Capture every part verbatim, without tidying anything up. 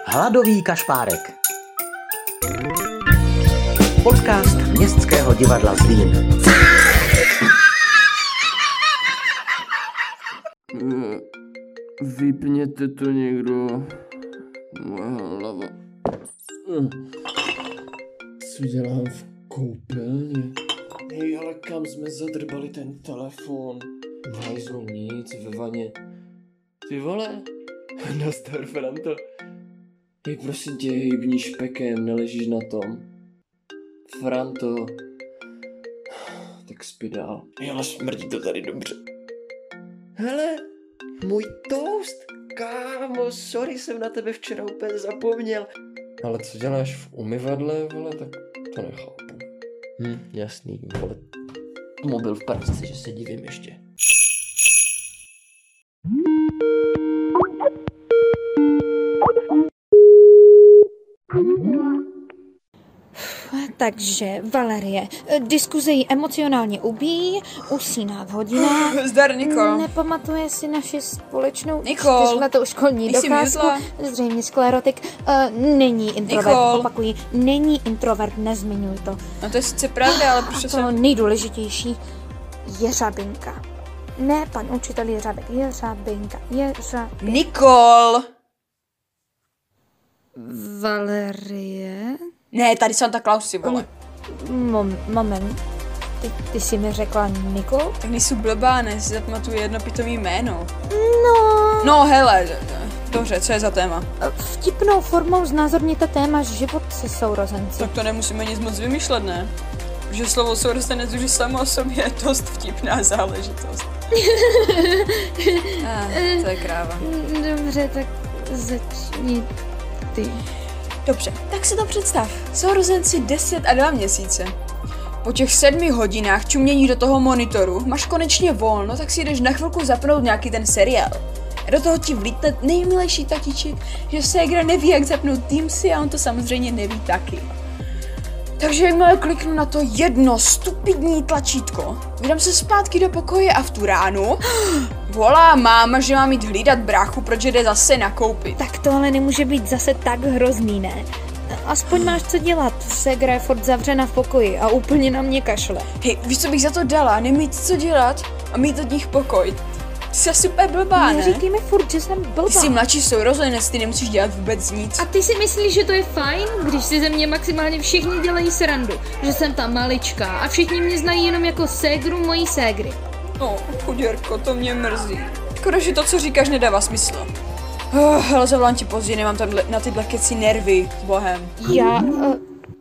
Hladový kašpárek. Podcast Městského divadla Zlín. Vypněte to někdo. Moje hlava. Co dělám v koupelně? Hej, ale kam jsme zadrbali ten telefon? Hajzlu nic, ve vaně. Ty vole? Nastav, Franto. Hej, prosím tě, hejbni špekem, neležíš na tom. Franto. Tak spí dál. Hej, ale smrdí to tady dobře. Hele, můj toast. Kámo, sorry, jsem na tebe včera úplně zapomněl. Ale co děláš v umyvadle, vole, tak to nechápu. Hm, jasný, vole. Mobil v pračce, že se divím ještě. Takže, Valerie, diskuze ji emocionálně ubíjí, usíná v hodinách. Zdar, Nikol. Nepamatuje si naši společnou Nikol. čtyřletou školní docházku. Zřejmě sklerotik. Uh, není introvert, Nikol. opakuji. Není introvert, nezmiňuj to. No to je sice pravda, ale proč to jsem... nejdůležitější, jeřabinka. Ne, pan učitel Jeřabek, jeřabinka, jeřabinka. Nikol! Valerie? Ne, tady Santa Claus, si vole. Mom, moment. Ty, ty jsi mi řekla Nikol? Tak nejsou blbá, ne, si zapamatuju jedno pitomý jméno. No... No, hele, dobře, co je za téma? Vtipnou formou znázorněte téma život se sourozenci. Tak to nemusíme nic moc vymýšlet, ne? Že slovo sourozenec už samo o sobě je dost vtipná záležitost. ah, to je kráva. Dobře, tak začni ty. Dobře, tak si to představ. Sourozenci deset a dva měsíce. Po těch sedmi hodinách čumění do toho monitoru máš konečně volno, tak si jdeš na chvilku zapnout nějaký ten seriál. A do toho ti vlítne nejmilejší tatiček, že ségra neví, jak zapnout Teamsy a on to samozřejmě neví taky. Takže jakmile kliknu na to jedno stupidní tlačítko, vydám se zpátky do pokoje a v tu ránu volá máma, že mám jít hlídat bráchu, protože jde zase nakoupit. Tak to ale nemůže být zase tak hrozný, ne? Aspoň máš co dělat, ségra je furt zavřena v pokoji a úplně na mě kašle. Hej, víš, co bych za to dala? Nemít co dělat a mít od nich pokoj. Ty jsi asi úplně blbá, ne? Neříkej mi furt, že jsem blbá. Ty jsi mladší sourozenec, ty nemusíš dělat vůbec nic. A ty si myslíš, že to je fajn, když si ze mě maximálně všichni dělají srandu, že jsem ta maličká a všichni mě znají jenom jako ségru mojí ségry. No, chuděrko, to mě mrzí. Škoda, že to, co říkáš, nedává smysl. Oh, ale zavolám ti později, nemám tam na tyhle keci nervy, s bohem. Já... Uh...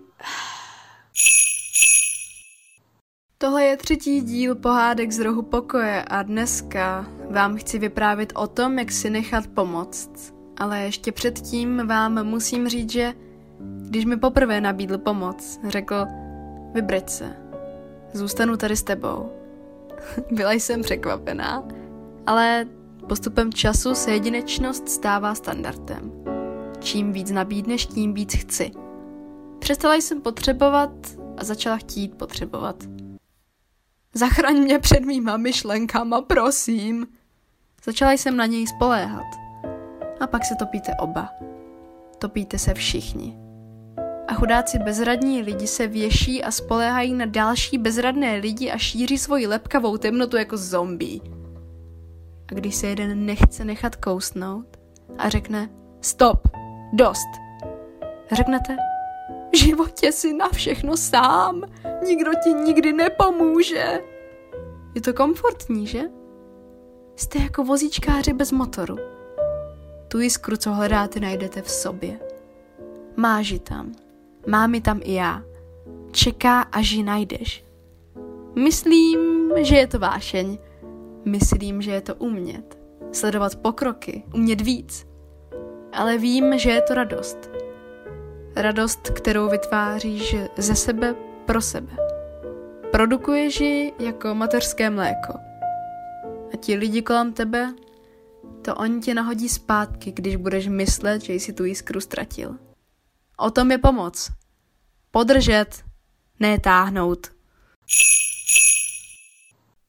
Tohle je třetí díl pohádek z rohu pokoje a dneska vám chci vyprávět o tom, jak si nechat pomoct. Ale ještě předtím vám musím říct, že když mi poprvé nabídl pomoc, řekl, vybrať se, zůstanu tady s tebou. Byla jsem překvapená, ale postupem času se jedinečnost stává standardem. Čím víc nabídneš, tím víc chci. Přestala jsem potřebovat a začala chtít potřebovat. Zachraň mě před mýma myšlenkama, prosím. Začala jsem na něj spoléhat. A pak se topíte oba. Topíte se všichni. A chudáci bezradní lidi se věší a spoléhají na další bezradné lidi a šíří svoji lepkavou temnotu jako zombie. A když se jeden nechce nechat kousnout a řekne stop, dost, řeknete v životě si na všechno sám, nikdo ti nikdy nepomůže. Je to komfortní, že? Jste jako vozíčkáři bez motoru. Tu jiskru, co hledáte, najdete v sobě. Máš ji tam, mám ji tam i já. Čeká, až ji najdeš. Myslím, že je to vášeň. Myslím, že je to umět. Sledovat pokroky, umět víc. Ale vím, že je to radost. Radost, kterou vytváříš ze sebe pro sebe. Produkuješ ji jako mateřské mléko. A ti lidi kolem tebe, to oni tě nahodí zpátky, když budeš myslet, že jsi tu jiskru ztratil. O tom je pomoc. Podržet, ne táhnout.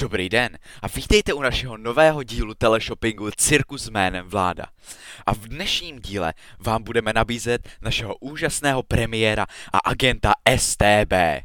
Dobrý den a vítejte u našeho nového dílu teleshoppingu Cirkus jménem Vláda. A v dnešním díle vám budeme nabízet našeho úžasného premiéra a agenta S T B.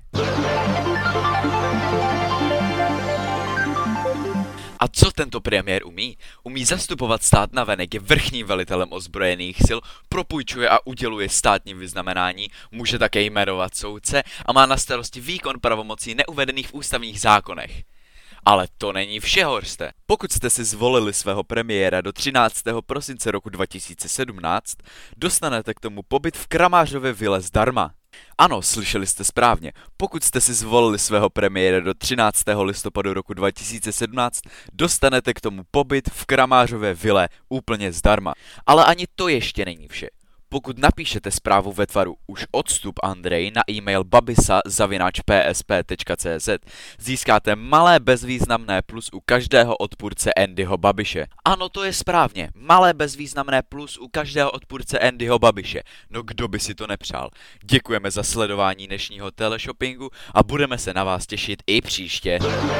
A co tento premiér umí? Umí zastupovat stát navenek, je vrchním velitelem ozbrojených sil, propůjčuje a uděluje státní vyznamenání, může také jmenovat soudce a má na starosti výkon pravomocí neuvedených v ústavních zákonech. Ale to není vše, Horste. Pokud jste si zvolili svého premiéra do třináctého prosince roku dva tisíce sedmnáct, dostanete k tomu pobyt v Kramářově vile zdarma. Ano, slyšeli jste správně. Pokud jste si zvolili svého premiéra do třináctého listopadu roku dva tisíce sedmnáct, dostanete k tomu pobyt v Kramářově vile úplně zdarma. Ale ani to ještě není vše. Pokud napíšete zprávu ve tvaru už odstup Andrej na e-mail babisa zavináč p s p tečka c z, získáte malé bezvýznamné plus u každého odpůrce Andyho Babiše. Ano, to je správně, malé bezvýznamné plus u každého odpůrce Andyho Babiše. No kdo by si to nepřál. Děkujeme za sledování dnešního teleshoppingu a budeme se na vás těšit i příště.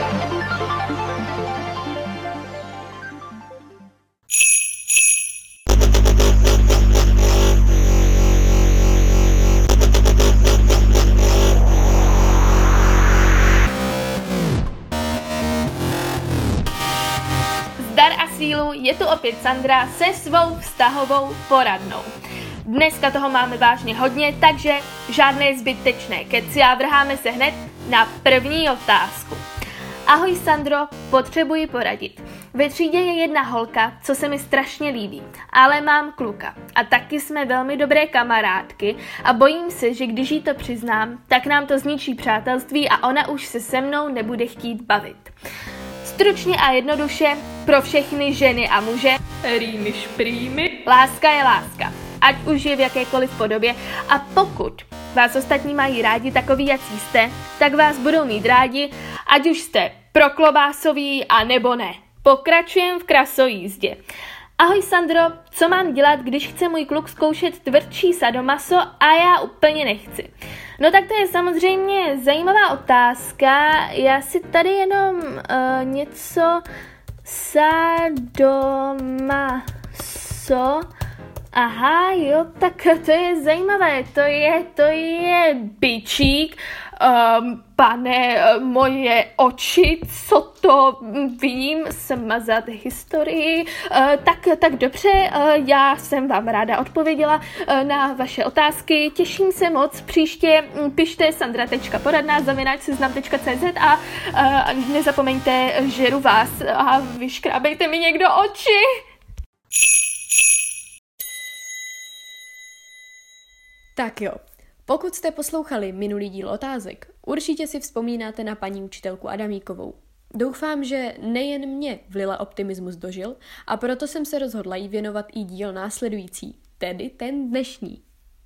Sílu, je tu opět Sandra se svou vztahovou poradnou. Dneska toho máme vážně hodně, takže žádné zbytečné keci a vrháme se hned na první otázku. Ahoj Sandro, potřebuji poradit. Ve třídě je jedna holka, co se mi strašně líbí, ale mám kluka a taky jsme velmi dobré kamarádky a bojím se, že když jí to přiznám, tak nám to zničí přátelství a ona už se se mnou nebude chtít bavit. Stručně a jednoduše pro všechny ženy a muže, rýmy šprýmy, láska je láska, ať už je v jakékoliv podobě a pokud vás ostatní mají rádi takový, jak jste, tak vás budou mít rádi, ať už jste proklobásový a nebo ne. Pokračujem v krasojízdě. Ahoj Sandro, co mám dělat, když chce můj kluk zkoušet tvrdší sadomaso a já úplně nechci? No tak to je samozřejmě zajímavá otázka, já si tady jenom uh, něco sadomaso, aha jo, tak to je zajímavé, to je, to je bičík, um, pane, moje oči, co to vím, smazat historii, uh, tak, tak dobře, uh, já jsem vám ráda odpověděla uh, na vaše otázky, těším se moc, příště pište sandra tečka poradná zavináč seznam tečka c z a uh, nezapomeňte, žeru vás a vyškrábejte mi někdo oči. Tak jo, pokud jste poslouchali minulý díl otázek, určitě si vzpomínáte na paní učitelku Adamíkovou. Doufám, že nejen mě vlila optimismus dožil a proto jsem se rozhodla jí věnovat i díl následující, tedy ten dnešní.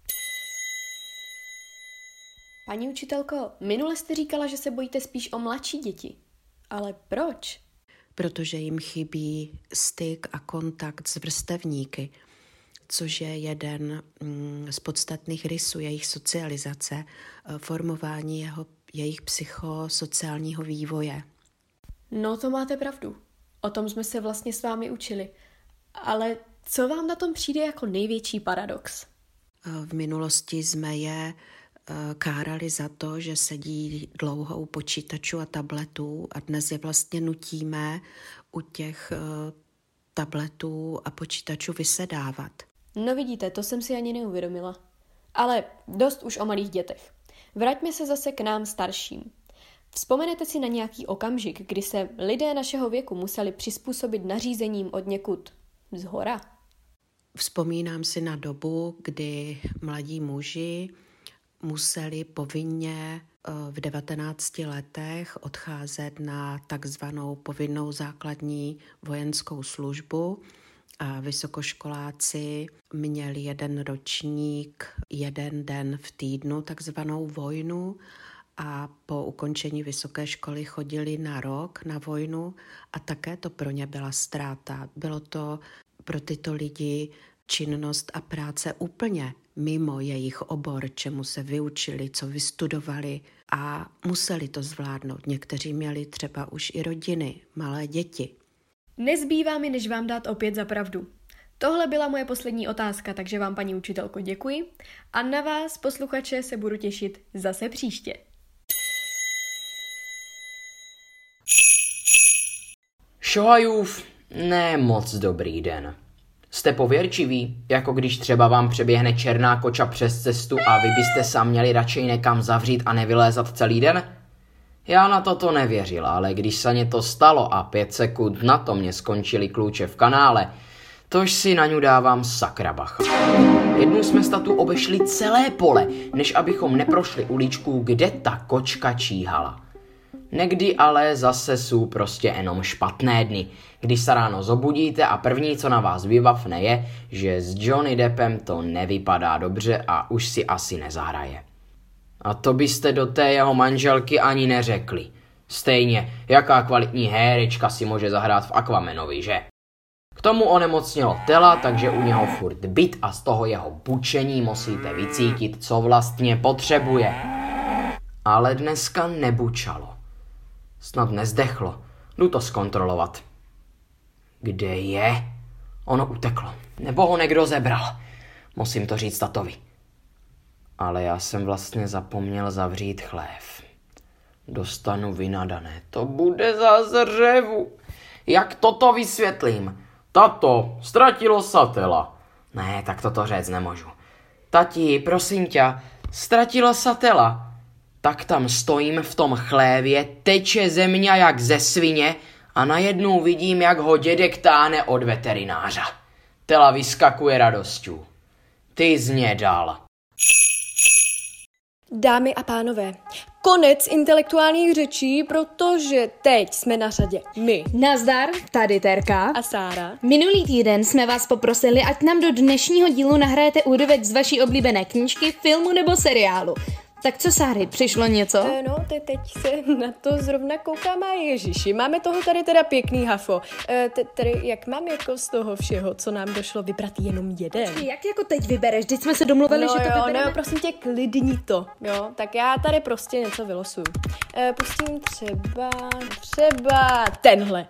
Paní učitelko, minule jste říkala, že se bojíte spíš o mladší děti. Ale proč? Protože jim chybí styk a kontakt s vrstevníky, což je jeden z podstatných rysů jejich socializace, formování jeho, jejich psychosociálního vývoje. No to máte pravdu. O tom jsme se vlastně s vámi učili. Ale co vám na tom přijde jako největší paradox? V minulosti jsme je kárali za to, že sedí dlouho u počítačů a tabletů a dnes je vlastně nutíme u těch tabletů a počítačů vysedávat. No vidíte, to jsem si ani neuvědomila. Ale dost už o malých dětech. Vraťme se zase k nám starším. Vzpomenete si na nějaký okamžik, kdy se lidé našeho věku museli přizpůsobit nařízením od někud zhora? Vzpomínám si na dobu, kdy mladí muži museli povinně v devatenácti letech odcházet na takzvanou povinnou základní vojenskou službu a vysokoškoláci měli jeden ročník, jeden den v týdnu, takzvanou vojnu a po ukončení vysoké školy chodili na rok na vojnu a také to pro ně byla ztráta. Bylo to pro tyto lidi činnost a práce úplně mimo jejich obor, čemu se vyučili, co vystudovali a museli to zvládnout. Někteří měli třeba už i rodiny, malé děti. Nezbývá mi, než vám dát opět za pravdu. Tohle byla moje poslední otázka, takže vám, paní učitelko, děkuji. A na vás, posluchače, se budu těšit zase příště. Šohajův, ne moc dobrý den. Jste pověrčiví, jako když třeba vám přeběhne černá koča přes cestu a vy byste se měli radši někam zavřít a nevylézat celý den? Já na toto nevěřil, ale když se mě to stalo a pět sekund na to mě skončily klíče v kanále, tož si na ňu dávám sakra bacha. Jednou jsme statu obešli celé pole, než abychom neprošli uličku, kde ta kočka číhala. Někdy ale zase jsou prostě jenom špatné dny, když se ráno zobudíte a první, co na vás vybavne, je, že s Johnny Deppem to nevypadá dobře a už si asi nezahraje. A to byste do té jeho manželky ani neřekli. Stejně, jaká kvalitní herečka si může zahrát v Aquamanovi, že? K tomu onemocnělo tela, takže u něho furt byt a z toho jeho bučení musíte vycítit, co vlastně potřebuje. Ale dneska nebučalo. Snad nezdechlo. Jdu to zkontrolovat. Kde je? Ono uteklo. Nebo ho někdo zebral. Musím to říct tatovi. Ale já jsem vlastně zapomněl zavřít chlév. Dostanu vynadané. To bude za zřevu. Jak toto vysvětlím? Tato, ztratilo satela. Ne, tak toto říct nemůžu. Tati, prosím tě, ztratilo satela. Tak tam stojím v tom chlévě, teče země jak ze svině a najednou vidím, jak ho dědek táhne od veterináře. Tela vyskakuje radostí. Ty z ně dal. Dámy a pánové, konec intelektuálních řečí, protože teď jsme na řadě my. Nazdar, tady Terka a Sára. Minulý týden jsme vás poprosili, ať nám do dnešního dílu nahrajete úryvek z vaší oblíbené knížky, filmu nebo seriálu. Tak co, Sáry, přišlo něco? E, no, te, teď se na to zrovna koukám a ježiši, máme toho tady teda pěkný hafo. E, te, tedy jak mám jako z toho všeho, co nám došlo, vybrat jenom jeden? Jak jako teď vybereš? Teď jsme se domluvili, no že to jo, vybereme. No prosím tě, klidni to, jo, tak já tady prostě něco vylosuju. E, pustím třeba, třeba tenhle.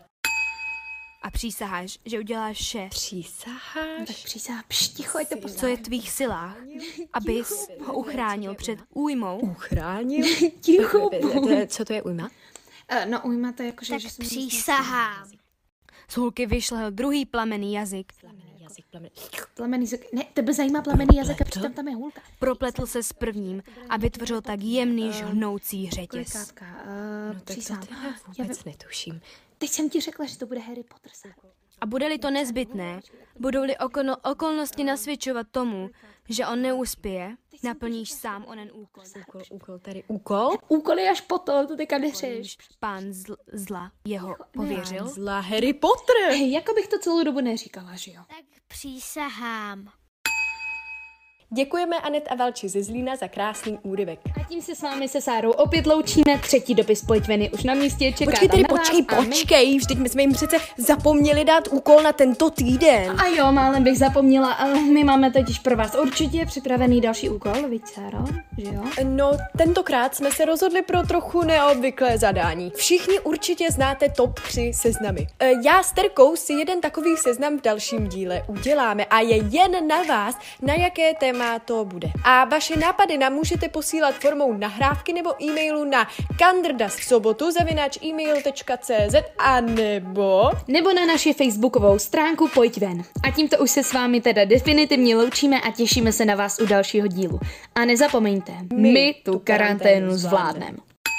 A přísaháš, že uděláš vše. Přísaháš? Tak přísahám, ticho, ať to Co je v tvých silách, abys ho uchránil před újmou. Uchránil? Ticho. Co to je újma? Uh, no újma to je jako, že... Tak že jsem přísahám. Z hulky vyšlehl druhý plamenný jazyk. Plamený jazyk, plamený... Plamený jazyk. Ne, tebe zajímá plamený jazyk a přitom tam je hůlka. Propletl se s prvním a vytvořil tak jemný žhnoucí řetěz. Kolikátka, uh, No tak přísahám. to já vůbec netuším. Teď jsem ti řekla, že to bude Harry Potter. A bude-li to nezbytné, budou-li okolo, okolnosti nasvědčovat tomu, že on neuspěje, naplníš sám onen úkol. Úkol, úkol, tady úkol? Úkol je až potom, to teďka neřeš. Pán zl, zla jeho pověřil. Zla Harry Potter! Hej, jako bych to celou dobu neříkala, že jo? Tak přísahám. Děkujeme Anet a Valči ze Zlína za krásný úryvek. A tím se s vámi se Sárou opět loučíme. Třetí dopis Pojďveny už na místě čeká. Počkej, tedy na vás počkej, a my- počkej, vždyť my jsme jim přece zapomněli dát úkol na tento týden. A jo, málem bych zapomněla, ale my máme totiž pro vás určitě připravený další úkol, viď, Sáro, že jo? No, tentokrát jsme se rozhodli pro trochu neobvyklé zadání. Všichni určitě znáte top tři seznamy. E, Já s Terkou si jeden takový seznam v dalším díle uděláme a je jen na vás, na jaké téma to bude. A vaše nápady nám můžete posílat formou nahrávky nebo e-mailu na kandrdasobotu zavináč e-mail tečka cz a nebo... Nebo na naši facebookovou stránku Pojď ven. A tímto už se s vámi teda definitivně loučíme a těšíme se na vás u dalšího dílu. A nezapomeňte, my, my tu karanténu zvládneme.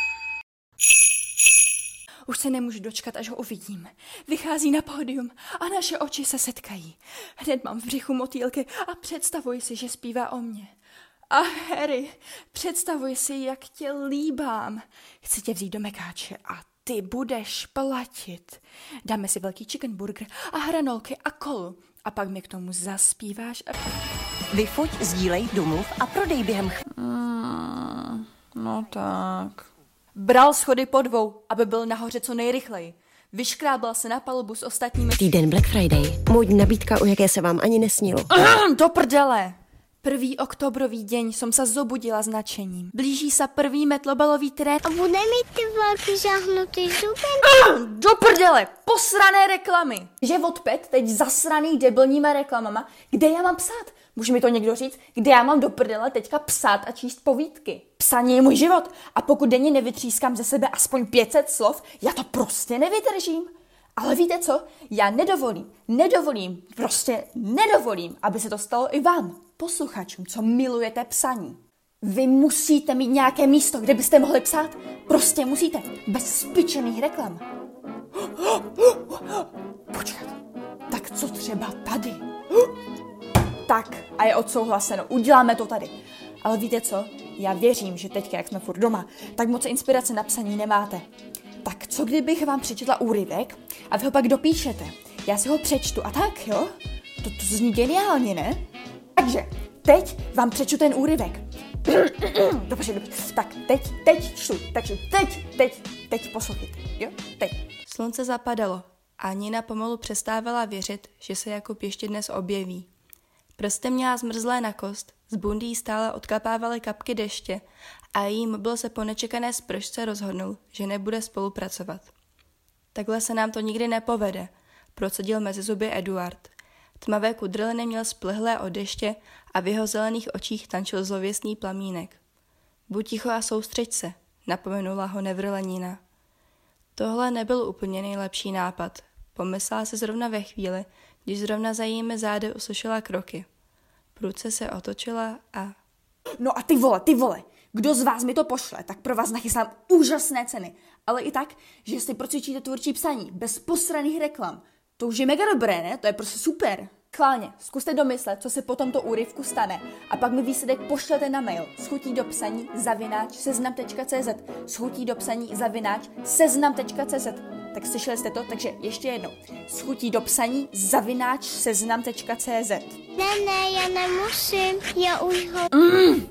Už se nemůžu dočkat, až ho uvidím. Vychází na pódium a naše oči se setkají. Hned mám v břichu motýlky a představuji si, že zpívá o mně. A Harry, představuji si, jak tě líbám. Chci tě vzít do mekáče a ty budeš platit. Dáme si velký chicken burger a hranolky a kolu. A pak mi k tomu zaspíváš a... Vyfoť, sdílej, domluv a prodej během ch... Hmm, no tak... Bral schody po dvou, aby byl nahoře co nejrychleji. Vyškrábal se na palubu s ostatními... Týden Black Friday. Módní nabídka, o jaké se vám ani nesnilo. Ahem, do prdele! Prvý oktobrový deň som sa zobudila s nadšením. Blíží sa prvý metlobalový trend. A bude mít ty velký žahnutý zuby? Do prdele, posrané reklamy. Životpad teď zasraný debilníma reklamama. Kde já mám psát? Může mi to někdo říct, kde já mám do prdele teďka psát a číst povídky? Psaní je můj život a pokud denně nevytřískám ze sebe aspoň pět set slov, já to prostě nevydržím. Ale víte co? Já nedovolím, nedovolím, prostě nedovolím, aby se to stalo i vám, posluchačům, co milujete psaní. Vy musíte mít nějaké místo, kde byste mohli psát. Prostě musíte, bez spičených reklam. Počkat, tak co třeba tady? Tak, a je odsouhlaseno, uděláme to tady. Ale víte co? Já věřím, že teďka, jak jsme furt doma, tak moc inspirace na psaní nemáte. Tak co kdybych vám přečetla úryvek a vy ho pak dopíšete? Já si ho přečtu a tak, jo? To, to zní geniálně, ne? Takže, teď vám přečtu ten úryvek. Dobře, dobře. Tak, teď, teď čtu. Takže teď, teď, teď poslouchejte, jo? Teď. Slunce zapadalo a Nina pomalu přestávala věřit, že se Jakub ještě dnes objeví. Prstem měla zmrzlé na kost, z bundy jí stále odkapávaly kapky deště a její mobil se po nečekané spršce rozhodnul, že nebude spolupracovat. Takhle se nám to nikdy nepovede, procedil mezi zuby Eduard. Tmavé kudrliny měl splehlé od deště a v jeho zelených očích tančil zlověstný plamínek. Buď ticho a soustřeď se, napomenula ho nevrle Nina. Tohle nebyl úplně nejlepší nápad, pomyslela se zrovna ve chvíli, když zrovna za jejími zády uslyšela kroky. Prudce se otočila a... No a ty vole, ty vole, kdo z vás mi to pošle, tak pro vás nachystám úžasné ceny. Ale i tak, že si procvičíte tvůrčí psaní, bez posraných reklam. To už je mega dobré, ne? To je prostě super. Chválně, zkuste domyslet, co se po tomto úryvku stane a pak mi výsledek pošlete na mail s chutí do psaní zavináč seznam tečka cé zet s chutí do psaní zavináč seznam tečka cé zet. Tak slyšeli jste to? Takže ještě jednou. S chutí do psaní zavináč seznam tečka cé zet. Ne, ne, já nemusím, já už ho... Mm.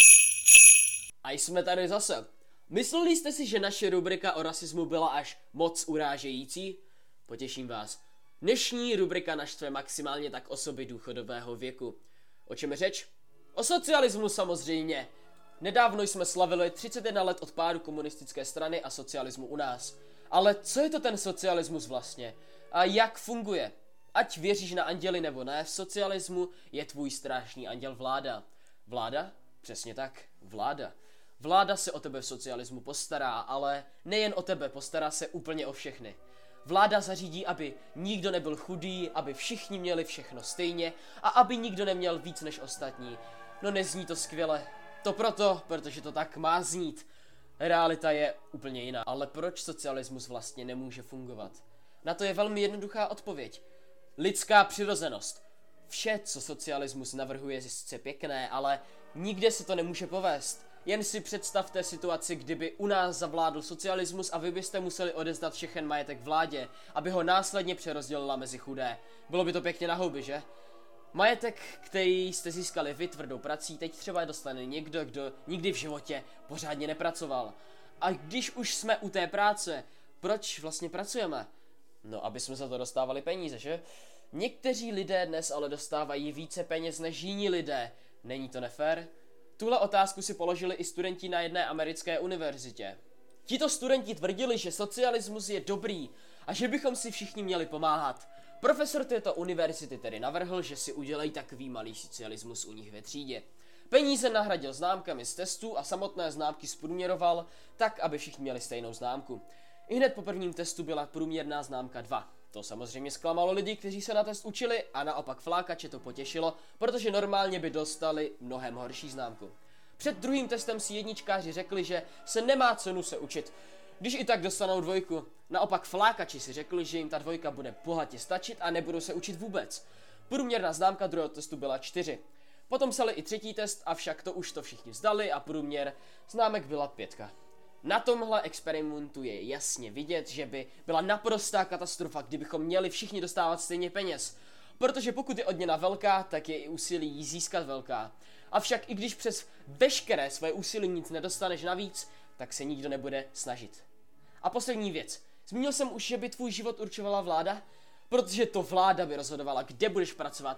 A jsme tady zase. Mysleli jste si, že naše rubrika o rasismu byla až moc urážející? Potěším vás. Dnešní rubrika naštve maximálně tak osoby důchodového věku. O čem je řeč? O socialismu samozřejmě. Nedávno jsme slavili třicet jedna let od pádu komunistické strany a socialismu u nás. Ale co je to ten socialismus vlastně? A jak funguje? Ať věříš na anděly nebo ne, v socialismu je tvůj strážný anděl vláda. Vláda? Přesně tak, vláda. Vláda se o tebe v socialismu postará, ale nejen o tebe, postará se úplně o všechny. Vláda zařídí, aby nikdo nebyl chudý, aby všichni měli všechno stejně a aby nikdo neměl víc než ostatní. No nezní to skvěle. To proto, protože to tak má znít. Realita je úplně jiná. Ale proč socialismus vlastně nemůže fungovat? Na to je velmi jednoduchá odpověď. Lidská přirozenost. Vše, co socialismus navrhuje, je sice pěkné, ale nikde se to nemůže povést. Jen si představte situaci, kdyby u nás zavládl socialismus a vy byste museli odevzdat všechen majetek vládě, aby ho následně přerozdělila mezi chudé. Bylo by to pěkně na houby, že? Majetek, který jste získali vy tvrdou prací, teď třeba dostane někdo, kdo nikdy v životě pořádně nepracoval. A když už jsme u té práce, proč vlastně pracujeme? No, aby jsme za to dostávali peníze, že? Někteří lidé dnes ale dostávají více peněz než jiní lidé. Není to nefér? Tuhle otázku si položili i studenti na jedné americké univerzitě. Tito studenti tvrdili, že socialismus je dobrý a že bychom si všichni měli pomáhat. Profesor této univerzity tedy navrhl, že si udělají takový malý socialismus u nich ve třídě. Peníze nahradil známkami z testů a samotné známky zprůměroval tak, aby všichni měli stejnou známku. I hned po prvním testu byla průměrná známka dva. To samozřejmě zklamalo lidi, kteří se na test učili, a naopak flákače to potěšilo, protože normálně by dostali mnohem horší známku. Před druhým testem si jedničkáři řekli, že se nemá cenu se učit, když i tak dostanou dvojku. Naopak flákači si řekli, že jim ta dvojka bude bohatě stačit a nebudou se učit vůbec. Průměrná známka druhého testu byla čtyři. Potom psali i třetí test, avšak to už to všichni vzdali a průměr známek byla pětka. Na tomhle experimentu je jasně vidět, že by byla naprostá katastrofa, kdybychom měli všichni dostávat stejně peněz. Protože pokud je odměna velká, tak je i úsilí jí získat velká. Avšak i když přes veškeré své úsilí nic nedostaneš navíc, tak se nikdo nebude snažit. A poslední věc. Zmínil jsem už, že by tvůj život určovala vláda? Protože to vláda by rozhodovala, kde budeš pracovat,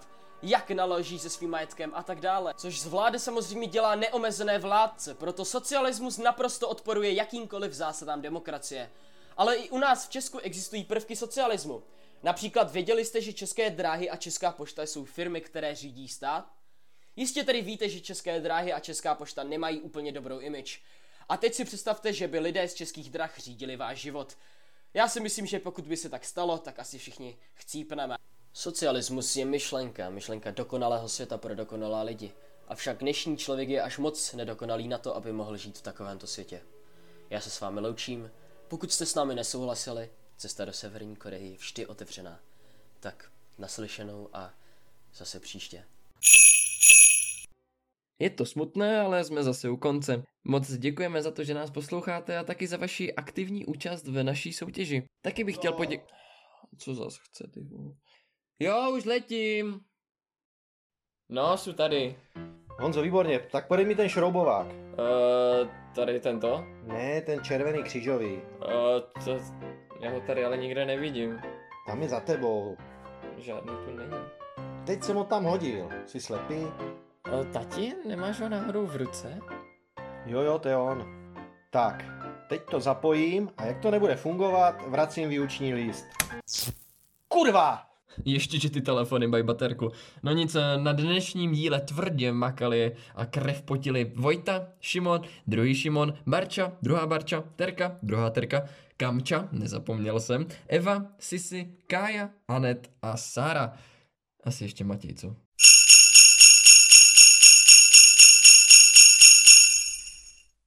jak naloží se svým majetkem a tak dále. Což z vlády samozřejmě dělá neomezené vládce, proto socialismus naprosto odporuje jakýmkoliv zásadám demokracie. Ale i u nás v Česku existují prvky socialismu. Například věděli jste, že České dráhy a Česká pošta jsou firmy, které řídí stát? Jistě tedy víte, že České dráhy a Česká pošta nemají úplně dobrou image. A teď si představte, že by lidé z Českých drah řídili váš život. Já si myslím, že pokud by se tak stalo, tak asi všichni chcípneme. Socialismus je myšlenka, myšlenka dokonalého světa pro dokonalá lidi. Avšak dnešní člověk je až moc nedokonalý na to, aby mohl žít v takovémto světě. Já se s vámi loučím. Pokud jste s námi nesouhlasili, cesta do Severní Koreji je vždy otevřená. Tak naslyšenou a zase příště. Je to smutné, ale jsme zase u konce. Moc děkujeme za to, že nás posloucháte a taky za vaši aktivní účast v naší soutěži. Taky bych chtěl poděkovat... Co zas chce, ty vole? Jo, už letím. No, jsou tady. Honzo, výborně, tak podej mi ten šroubovák. Uh, tady tento? Ne, ten červený křížový. Uh, to... Já ho tady ale nikde nevidím. Tam je za tebou. Žádný tu není. Teď jsem ho tam hodil. Jsi slepý? Uh, tati, nemáš ho náhodou v ruce? Jo, jo, to je on. Tak, teď to zapojím a jak to nebude fungovat, vracím výuční list. Kurva! Ještě, že ty telefony mají baterku. No nic, na dnešním díle tvrdě makali a krev potili Vojta, Šimon, druhý Šimon, Barča, druhá Barča, Terka, druhá Terka, Kamča, nezapomněl jsem, Eva, Sisi, Kája, Anet a Sára. Asi ještě Matěj, co?